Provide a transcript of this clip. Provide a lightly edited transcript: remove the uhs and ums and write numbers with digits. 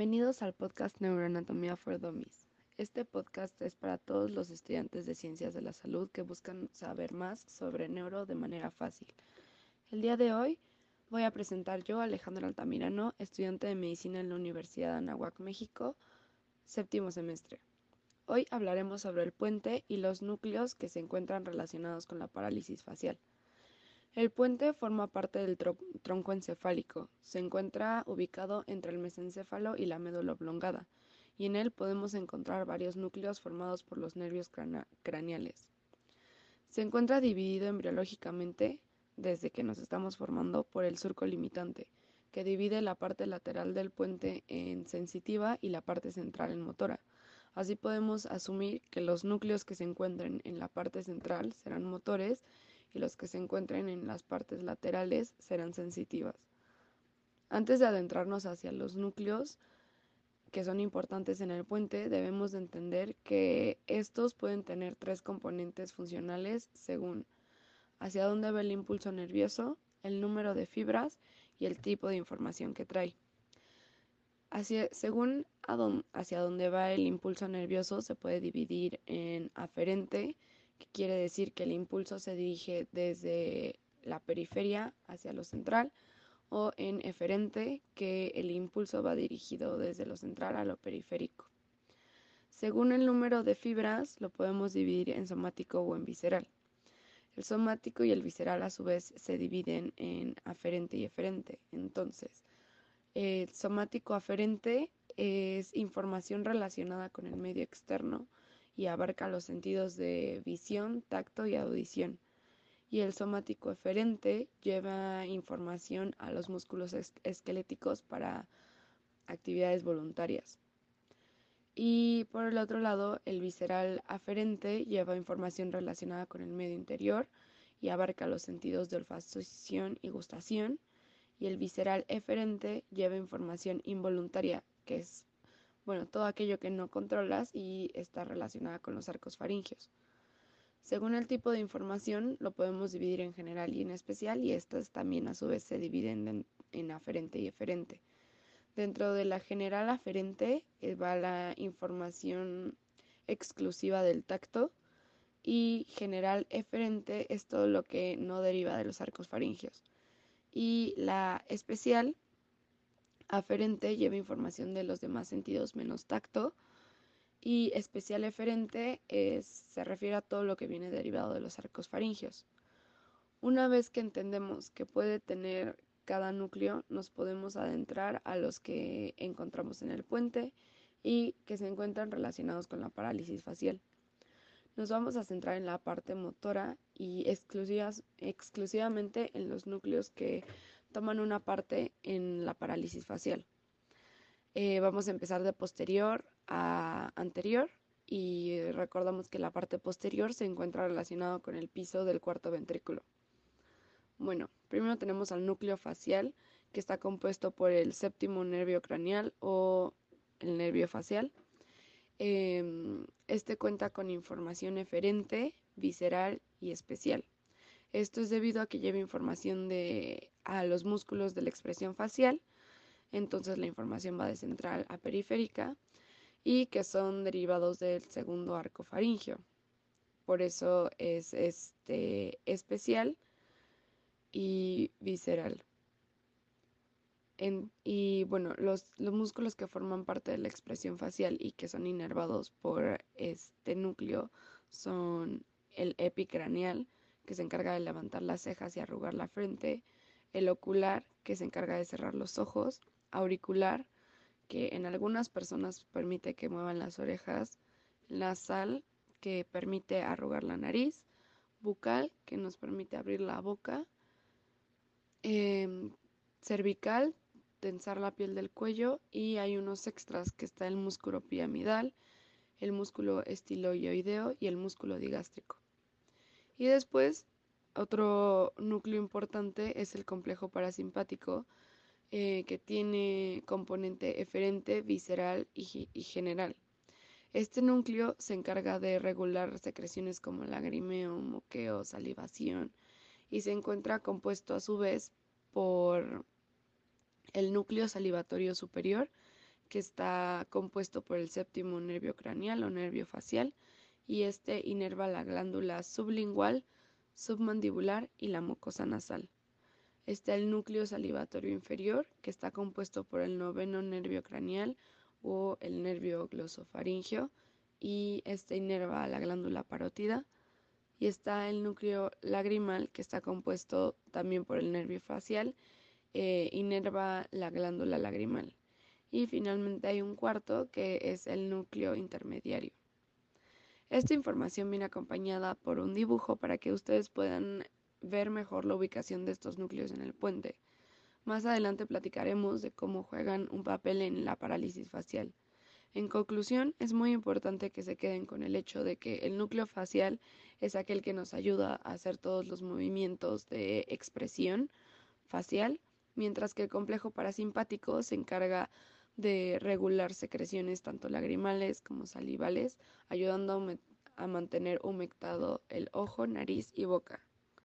Bienvenidos al podcast Neuroanatomía for Dummies. Este podcast es para todos los estudiantes de ciencias de la salud que buscan saber más sobre neuro de manera fácil. El día de hoy voy a presentar yo, Alejandro Altamirano, estudiante de medicina en la Universidad de Anáhuac, México, séptimo semestre. Hoy hablaremos sobre el puente y los núcleos que se encuentran relacionados con la parálisis facial. El puente forma parte del tronco encefálico. Se encuentra ubicado entre el mesencéfalo y la médula oblongada, y en él podemos encontrar varios núcleos formados por los nervios craneales. Se encuentra dividido embriológicamente, desde que nos estamos formando, por el surco limitante, que divide la parte lateral del puente en sensitiva y la parte central en motora. Así podemos asumir que los núcleos que se encuentren en la parte central serán motores y los que se encuentren en las partes laterales serán sensitivas. Antes de adentrarnos hacia los núcleos que son importantes en el puente, debemos de entender que estos pueden tener tres componentes funcionales según hacia dónde va el impulso nervioso, el número de fibras y el tipo de información que trae. Según hacia dónde va el impulso nervioso, se puede dividir en aferente, que quiere decir que el impulso se dirige desde la periferia hacia lo central, o en eferente, que el impulso va dirigido desde lo central a lo periférico. Según el número de fibras, lo podemos dividir en somático o en visceral. El somático y el visceral a su vez se dividen en aferente y eferente. Entonces, el somático aferente es información relacionada con el medio externo y abarca los sentidos de visión, tacto y audición. Y el somático eferente lleva información a los músculos esqueléticos para actividades voluntarias. Y por el otro lado, el visceral aferente lleva información relacionada con el medio interior y abarca los sentidos de olfacción y gustación. Y el visceral eferente lleva información involuntaria, que es, todo aquello que no controlas y está relacionada con los arcos faringeos. Según el tipo de información, lo podemos dividir en general y en especial, y estas también a su vez se dividen en aferente y eferente. Dentro de la general aferente va la información exclusiva del tacto, y general eferente es todo lo que no deriva de los arcos faringeos. Y la especial aferente lleva información de los demás sentidos menos tacto, y especial eferente se refiere a todo lo que viene derivado de los arcos faringeos. Una vez que entendemos que puede tener cada núcleo, nos podemos adentrar a los que encontramos en el puente y que se encuentran relacionados con la parálisis facial. Nos vamos a centrar en la parte motora y exclusivamente en los núcleos que toman una parte en la parálisis facial. Vamos a empezar de posterior a anterior, y recordamos que la parte posterior se encuentra relacionada con el piso del cuarto ventrículo. Bueno, primero tenemos al núcleo facial, que está compuesto por el séptimo nervio craneal o el nervio facial. Este cuenta con información eferente, visceral y especial. Esto es debido a que lleva información a los músculos de la expresión facial. Entonces la información va de central a periférica, y que son derivados del segundo arco faríngeo. Por eso es especial y visceral. Los músculos que forman parte de la expresión facial y que son inervados por este núcleo son el epicraneal, que se encarga de levantar las cejas y arrugar la frente; el ocular, que se encarga de cerrar los ojos; auricular, que en algunas personas permite que muevan las orejas; nasal, que permite arrugar la nariz; bucal, que nos permite abrir la boca; cervical, tensar la piel del cuello; y hay unos extras, que está el músculo piramidal, el músculo estiloioideo y el músculo digástrico. Y después, otro núcleo importante es el complejo parasimpático, que tiene componente eferente, visceral y general. Este núcleo se encarga de regular secreciones como lagrimeo, moqueo, salivación, y se encuentra compuesto a su vez por el núcleo salivatorio superior, que está compuesto por el séptimo nervio craneal o nervio facial, y este inerva la glándula sublingual, submandibular y la mucosa nasal. Está el núcleo salivatorio inferior, que está compuesto por el noveno nervio craneal o el nervio glosofaringeo, y este inerva la glándula parótida. Y está el núcleo lagrimal, que está compuesto también por el nervio facial, inerva la glándula lagrimal. Y finalmente hay un cuarto, que es el núcleo intermediario. Esta información viene acompañada por un dibujo para que ustedes puedan ver mejor la ubicación de estos núcleos en el puente. Más adelante platicaremos de cómo juegan un papel en la parálisis facial. En conclusión, es muy importante que se queden con el hecho de que el núcleo facial es aquel que nos ayuda a hacer todos los movimientos de expresión facial, mientras que el complejo parasimpático se encarga de regular secreciones tanto lagrimales como salivales, ayudando a mantener humectado el ojo, nariz y boca.